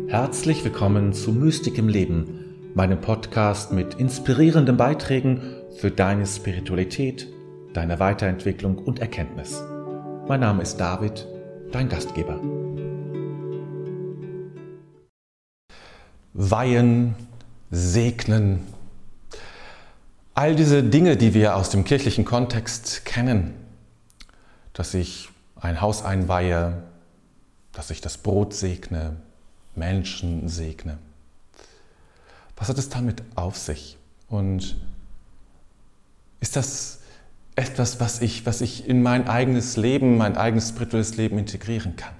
Herzlich willkommen zu Mystik im Leben, meinem Podcast mit inspirierenden Beiträgen für deine Spiritualität, deine Weiterentwicklung und Erkenntnis. Mein Name ist David, dein Gastgeber. Weihen, segnen, all diese Dinge, die wir aus dem kirchlichen Kontext kennen, dass ich ein Haus einweihe, dass ich das Brot segne, Menschen segne. Was hat es damit auf sich? Und ist das etwas, was ich in mein eigenes Leben, mein eigenes spirituelles Leben integrieren kann?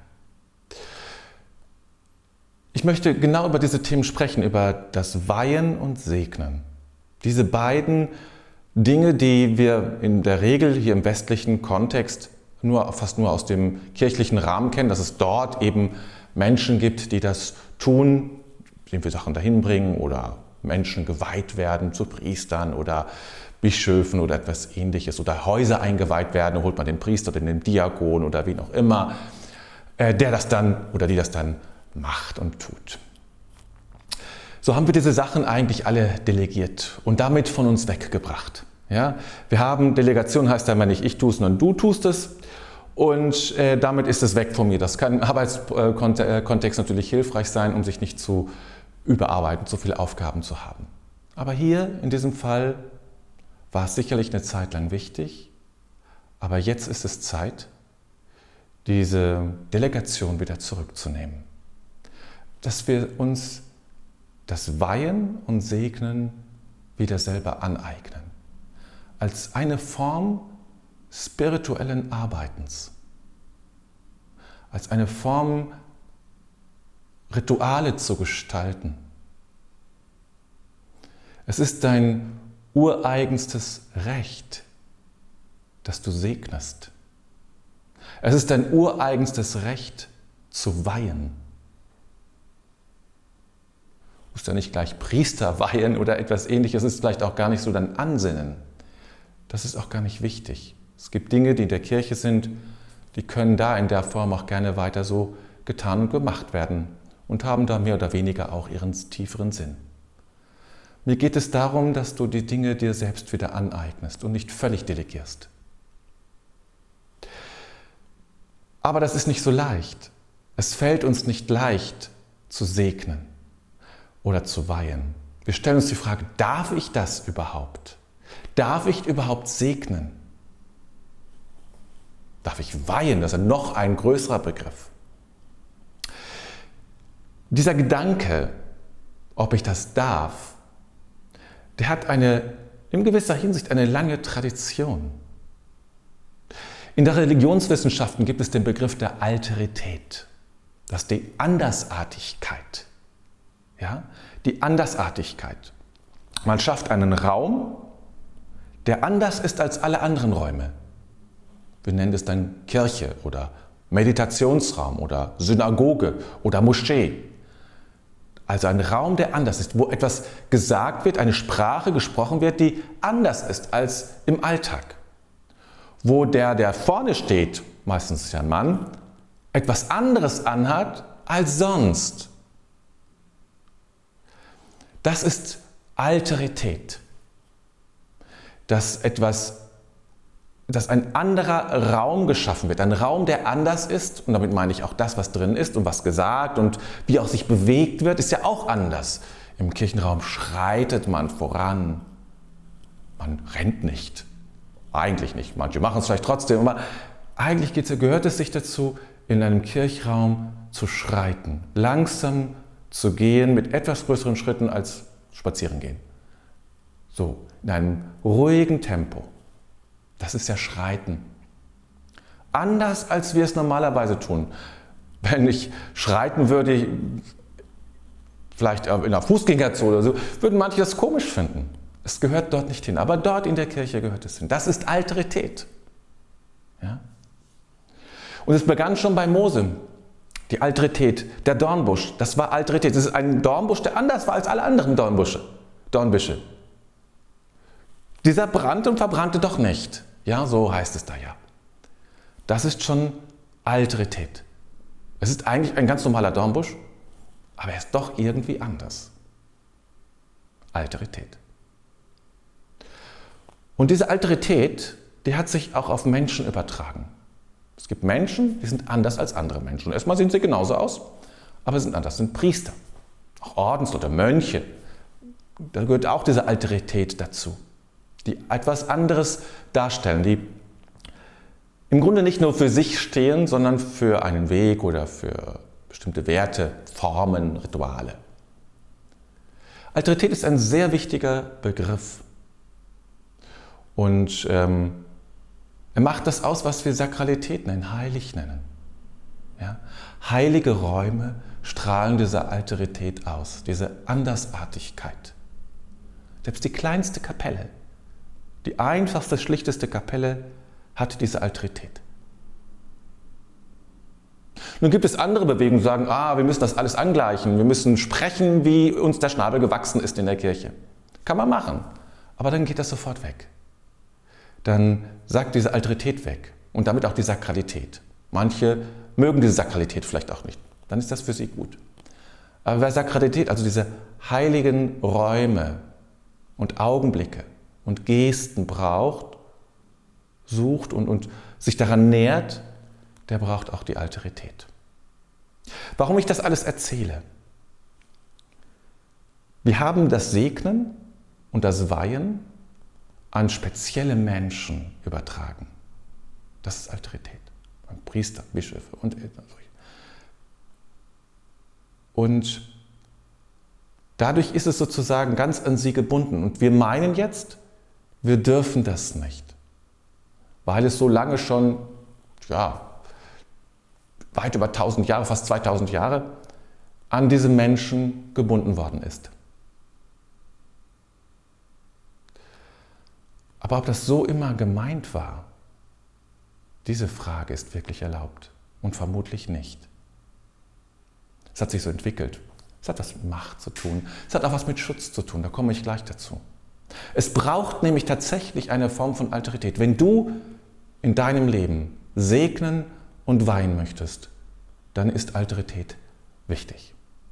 Ich möchte genau über diese Themen sprechen, über das Weihen und Segnen. Diese beiden Dinge, die wir in der Regel hier im westlichen Kontext fast nur aus dem kirchlichen Rahmen kennen, dass es dort eben Menschen gibt, die das tun, indem wir Sachen dahin bringen oder Menschen geweiht werden zu Priestern oder Bischöfen oder etwas Ähnliches oder Häuser eingeweiht werden, holt man den Priester oder den Diakon oder wen auch immer, der das dann oder die das dann macht und tut. So haben wir diese Sachen eigentlich alle delegiert und damit von uns weggebracht. Ja? Wir haben Delegation, heißt einmal nicht ich tue es, sondern du tust es. Und damit ist es weg von mir. Das kann im Arbeitskontext natürlich hilfreich sein, um sich nicht zu überarbeiten, zu viele Aufgaben zu haben. Aber hier in diesem Fall war es sicherlich eine Zeit lang wichtig, aber jetzt ist es Zeit, diese Delegation wieder zurückzunehmen. Dass wir uns das Weihen und Segnen wieder selber aneignen. Als eine Form spirituellen Arbeitens. Als eine Form, Rituale zu gestalten. Es ist dein ureigenstes Recht, dass du segnest. Es ist dein ureigenstes Recht zu weihen. Du musst ja nicht gleich Priester weihen oder etwas Ähnliches, es ist vielleicht auch gar nicht so dein Ansinnen. Das ist auch gar nicht wichtig. Es gibt Dinge, die in der Kirche sind, die können da in der Form auch gerne weiter so getan und gemacht werden und haben da mehr oder weniger auch ihren tieferen Sinn. Mir geht es darum, dass du die Dinge dir selbst wieder aneignest und nicht völlig delegierst. Aber das ist nicht so leicht. Es fällt uns nicht leicht zu segnen oder zu weihen. Wir stellen uns die Frage, darf ich das überhaupt? Darf ich überhaupt segnen? Darf ich weihen? Das ist noch ein größerer Begriff. Dieser Gedanke, ob ich das darf, der hat in gewisser Hinsicht eine lange Tradition. In der Religionswissenschaften gibt es den Begriff der Alterität. Das ist die Andersartigkeit. Ja? Die Andersartigkeit. Man schafft einen Raum, der anders ist als alle anderen Räume. Wir nennen es dann Kirche oder Meditationsraum oder Synagoge oder Moschee. Also ein Raum, der anders ist, wo etwas gesagt wird, eine Sprache gesprochen wird, die anders ist als im Alltag. Wo der vorne steht, meistens ist ja ein Mann, etwas anderes anhat als sonst. Das ist Alterität. Dass ein anderer Raum geschaffen wird, ein Raum, der anders ist, und damit meine ich auch das, was drin ist und was gesagt und wie auch sich bewegt wird, ist ja auch anders. Im Kirchenraum schreitet man voran, man rennt nicht, eigentlich nicht, manche machen es vielleicht trotzdem, aber eigentlich gehört es sich dazu, in einem Kirchraum zu schreiten, langsam zu gehen, mit etwas größeren Schritten als spazieren gehen. So, in einem ruhigen Tempo. Das ist ja Schreiten. Anders als wir es normalerweise tun. Wenn ich schreiten würde, vielleicht in einer Fußgängerzone oder so, würden manche das komisch finden. Es gehört dort nicht hin, aber dort in der Kirche gehört es hin. Das ist Alterität. Ja? Und es begann schon bei Mose. Die Alterität, der Dornbusch, das war Alterität. Das ist ein Dornbusch, der anders war als alle anderen Dornbüsche. Dieser brannte und verbrannte doch nicht. Ja, so heißt es da ja. Das ist schon Alterität. Es ist eigentlich ein ganz normaler Dornbusch, aber er ist doch irgendwie anders. Alterität. Und diese Alterität, die hat sich auch auf Menschen übertragen. Es gibt Menschen, die sind anders als andere Menschen. Und erstmal sehen sie genauso aus, aber sie sind anders. Das sind Priester, auch Ordens- oder Mönche. Da gehört auch diese Alterität dazu, die etwas anderes darstellen, die im Grunde nicht nur für sich stehen, sondern für einen Weg oder für bestimmte Werte, Formen, Rituale. Alterität ist ein sehr wichtiger Begriff. Und er macht das aus, was wir Sakralität nennen, heilig nennen. Ja? Heilige Räume strahlen diese Alterität aus, diese Andersartigkeit. Selbst die kleinste Kapelle, die einfachste, schlichteste Kapelle hat diese Alterität. Nun gibt es andere Bewegungen, die sagen, wir müssen das alles angleichen, wir müssen sprechen, wie uns der Schnabel gewachsen ist in der Kirche. Kann man machen, aber dann geht das sofort weg. Dann sagt diese Alterität weg und damit auch die Sakralität. Manche mögen diese Sakralität vielleicht auch nicht, dann ist das für sie gut. Aber wer Sakralität, also diese heiligen Räume und Augenblicke und Gesten braucht, sucht und sich daran nährt, der braucht auch die Alterität. Warum ich das alles erzähle? Wir haben das Segnen und das Weihen an spezielle Menschen übertragen. Das ist Alterität. An Priester, Bischöfe und Eltern. Und dadurch ist es sozusagen ganz an sie gebunden. Und wir meinen jetzt, wir dürfen das nicht. Weil es so lange schon, weit über 1000 Jahre, fast 2000 Jahre, an diese Menschen gebunden worden ist. Aber ob das so immer gemeint war, diese Frage ist wirklich erlaubt und vermutlich nicht. Es hat sich so entwickelt. Es hat was mit Macht zu tun. Es hat auch was mit Schutz zu tun. Da komme ich gleich dazu. Es braucht nämlich tatsächlich eine Form von Alterität. Wenn du in deinem Leben segnen und weihen möchtest, dann ist Alterität wichtig.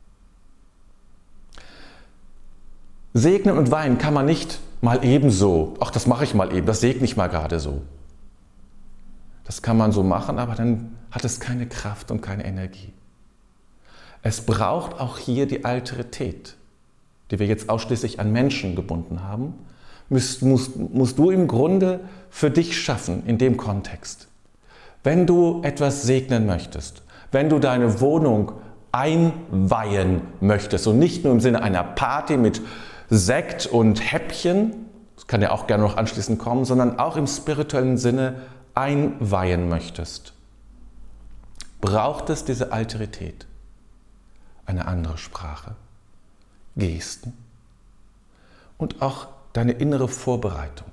Segnen und weihen kann man nicht mal ebenso. Ach, das mache ich mal eben, das segne ich mal gerade so. Das kann man so machen, aber dann hat es keine Kraft und keine Energie. Es braucht auch hier die Alterität, die wir jetzt ausschließlich an Menschen gebunden haben, musst du im Grunde für dich schaffen in dem Kontext. Wenn du etwas segnen möchtest, wenn du deine Wohnung einweihen möchtest und nicht nur im Sinne einer Party mit Sekt und Häppchen, das kann ja auch gerne noch anschließend kommen, sondern auch im spirituellen Sinne einweihen möchtest, braucht es diese Alterität, eine andere Sprache, Gesten und auch deine innere Vorbereitung.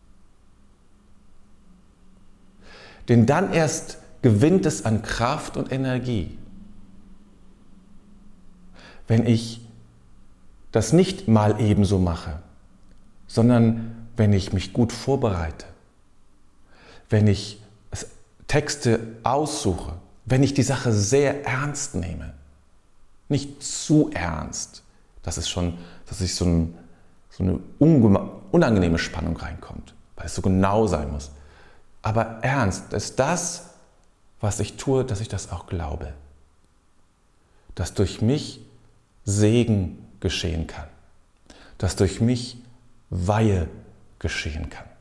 Denn dann erst gewinnt es an Kraft und Energie. Wenn ich das nicht mal ebenso mache, sondern wenn ich mich gut vorbereite, wenn ich Texte aussuche, wenn ich die Sache sehr ernst nehme, nicht zu ernst, dass so eine unangenehme Spannung reinkommt, weil es so genau sein muss. Aber ernst ist das, was ich tue, dass ich das auch glaube. Dass durch mich Segen geschehen kann. Dass durch mich Weihe geschehen kann.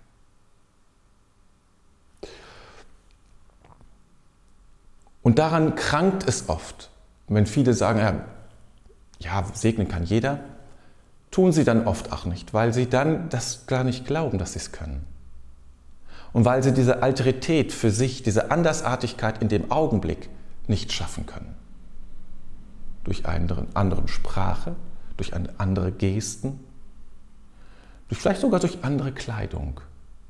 Und daran krankt es oft. Wenn viele sagen, ja, segnen kann jeder, tun sie dann oft auch nicht, weil sie dann das gar nicht glauben, dass sie es können. Und weil sie diese Alterität für sich, diese Andersartigkeit in dem Augenblick nicht schaffen können. Durch eine andere Sprache, durch andere Gesten, vielleicht sogar durch andere Kleidung.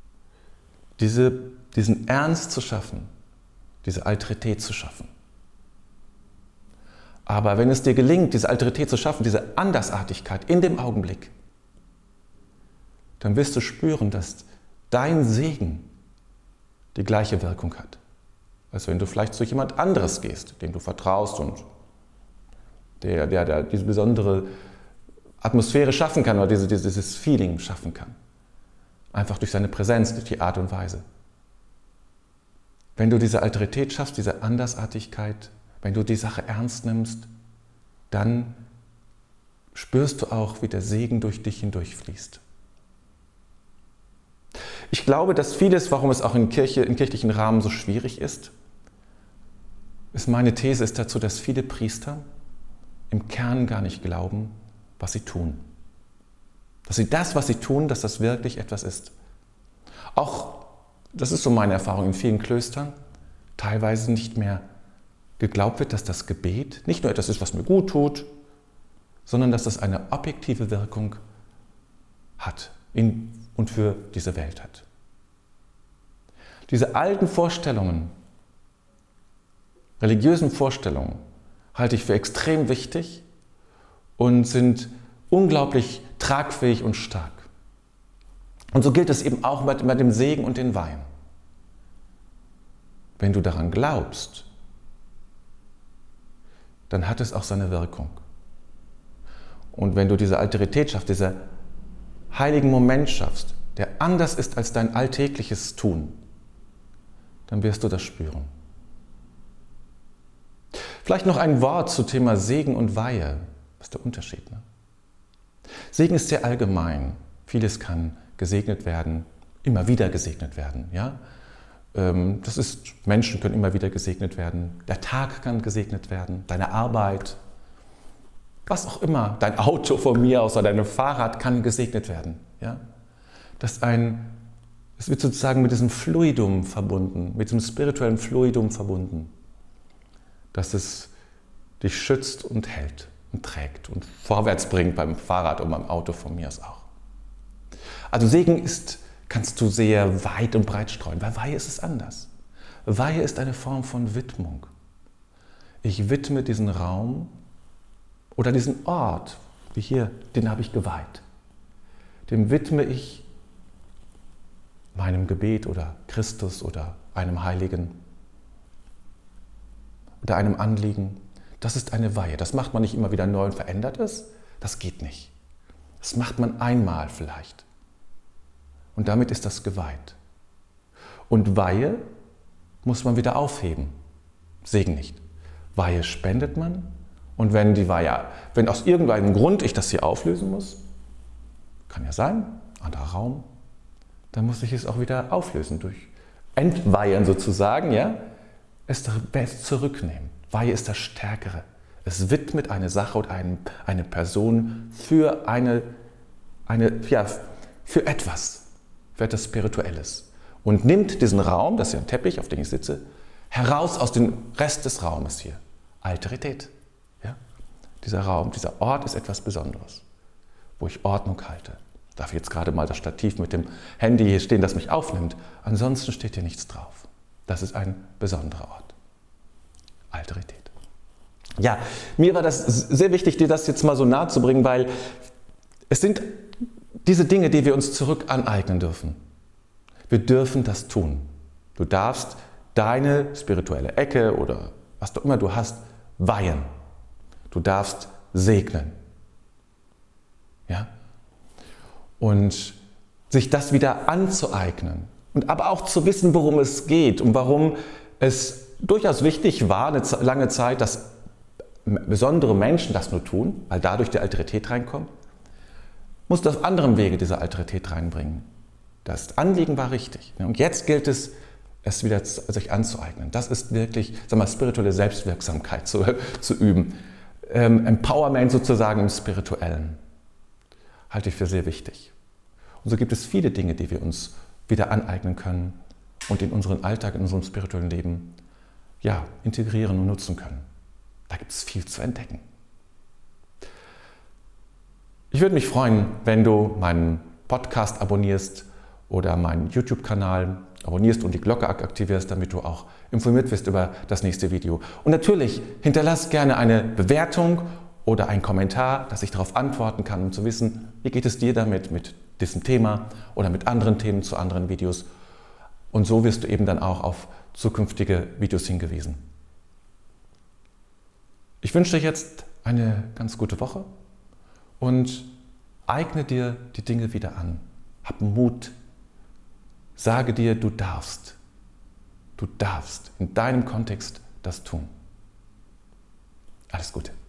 Diesen Ernst zu schaffen, diese Alterität zu schaffen. Aber wenn es dir gelingt, diese Alterität zu schaffen, diese Andersartigkeit in dem Augenblick, dann wirst du spüren, dass dein Segen die gleiche Wirkung hat, als wenn du vielleicht zu jemand anderes gehst, dem du vertraust und der diese besondere Atmosphäre schaffen kann oder dieses Feeling schaffen kann. Einfach durch seine Präsenz, durch die Art und Weise. Wenn du diese Alterität schaffst, diese Andersartigkeit, wenn du die Sache ernst nimmst, dann spürst du auch, wie der Segen durch dich hindurchfließt. Ich glaube, dass vieles, warum es auch in kirchlichen Rahmen so schwierig ist, meine These ist dazu, dass viele Priester im Kern gar nicht glauben, was sie tun. Dass sie das, was sie tun, dass das wirklich etwas ist. Auch, das ist so meine Erfahrung in vielen Klöstern, teilweise nicht mehr geglaubt wird, dass das Gebet nicht nur etwas ist, was mir gut tut, sondern dass das eine objektive Wirkung hat und für diese Welt hat. Diese alten Vorstellungen, religiösen Vorstellungen, halte ich für extrem wichtig und sind unglaublich tragfähig und stark. Und so gilt es eben auch mit dem Segen und den Weihen. Wenn du daran glaubst, dann hat es auch seine Wirkung. Und wenn du diese Alterität schaffst, diesen heiligen Moment schaffst, der anders ist als dein alltägliches Tun, dann wirst du das spüren. Vielleicht noch ein Wort zum Thema Segen und Weihe. Was ist der Unterschied? Ne? Segen ist sehr allgemein. Vieles kann gesegnet werden, immer wieder gesegnet werden. Ja? Das ist, Menschen können immer wieder gesegnet werden. Der Tag kann gesegnet werden, deine Arbeit, was auch immer, dein Auto von mir aus oder dein Fahrrad kann gesegnet werden. Ja? Es wird sozusagen mit diesem Fluidum verbunden, mit diesem spirituellen Fluidum verbunden, dass es dich schützt und hält und trägt und vorwärts bringt beim Fahrrad und beim Auto von mir aus auch. Also Segen kannst du sehr weit und breit streuen. Bei Weihe ist es anders. Weihe ist eine Form von Widmung. Ich widme diesen Raum oder diesen Ort, wie hier, den habe ich geweiht. Dem widme ich meinem Gebet oder Christus oder einem Heiligen oder einem Anliegen. Das ist eine Weihe. Das macht man nicht immer wieder neu und verändert es. Das geht nicht. Das macht man einmal vielleicht. Und damit ist das geweiht. Und Weihe muss man wieder aufheben. Segen nicht. Weihe spendet man. Und wenn aus irgendeinem Grund ich das hier auflösen muss, kann ja sein, anderer Raum, dann muss ich es auch wieder auflösen, durch Entweihen sozusagen, ja, es zurücknehmen. Weihe ist das Stärkere. Es widmet eine Sache und eine Person für für etwas Spirituelles und nimmt diesen Raum, das ist ja ein Teppich, auf dem ich sitze, heraus aus dem Rest des Raumes hier. Alterität. Ja? Dieser Raum, dieser Ort ist etwas Besonderes, wo ich Ordnung halte. Darf jetzt gerade mal das Stativ mit dem Handy hier stehen, das mich aufnimmt. Ansonsten steht hier nichts drauf. Das ist ein besonderer Ort. Alterität. Ja, mir war das sehr wichtig, dir das jetzt mal so nahe zu bringen, weil es sind diese Dinge, die wir uns zurück aneignen dürfen. Wir dürfen das tun. Du darfst deine spirituelle Ecke oder was auch immer du hast, weihen. Du darfst segnen. Ja? Und sich das wieder anzueignen. Und aber auch zu wissen, worum es geht und warum es durchaus wichtig war, eine lange Zeit, dass besondere Menschen das nur tun, weil dadurch die Alterität reinkommt, musst du auf anderem Wege diese Alterität reinbringen. Das Anliegen war richtig. Und jetzt gilt es, es wieder sich anzueignen. Das ist wirklich, spirituelle Selbstwirksamkeit zu üben. Empowerment sozusagen im Spirituellen. Halte ich für sehr wichtig. Und so gibt es viele Dinge, die wir uns wieder aneignen können und in unseren Alltag, in unserem spirituellen Leben integrieren und nutzen können. Da gibt es viel zu entdecken. Ich würde mich freuen, wenn du meinen Podcast abonnierst oder meinen YouTube-Kanal abonnierst und die Glocke aktivierst, damit du auch informiert wirst über das nächste Video. Und natürlich hinterlass gerne eine Bewertung oder einen Kommentar, dass ich darauf antworten kann, um zu wissen, wie geht es dir damit, mit diesem Thema oder mit anderen Themen zu anderen Videos. Und so wirst du eben dann auch auf zukünftige Videos hingewiesen. Ich wünsche dir jetzt eine ganz gute Woche und eigne dir die Dinge wieder an. Hab Mut. Sage dir, du darfst in deinem Kontext das tun. Alles Gute.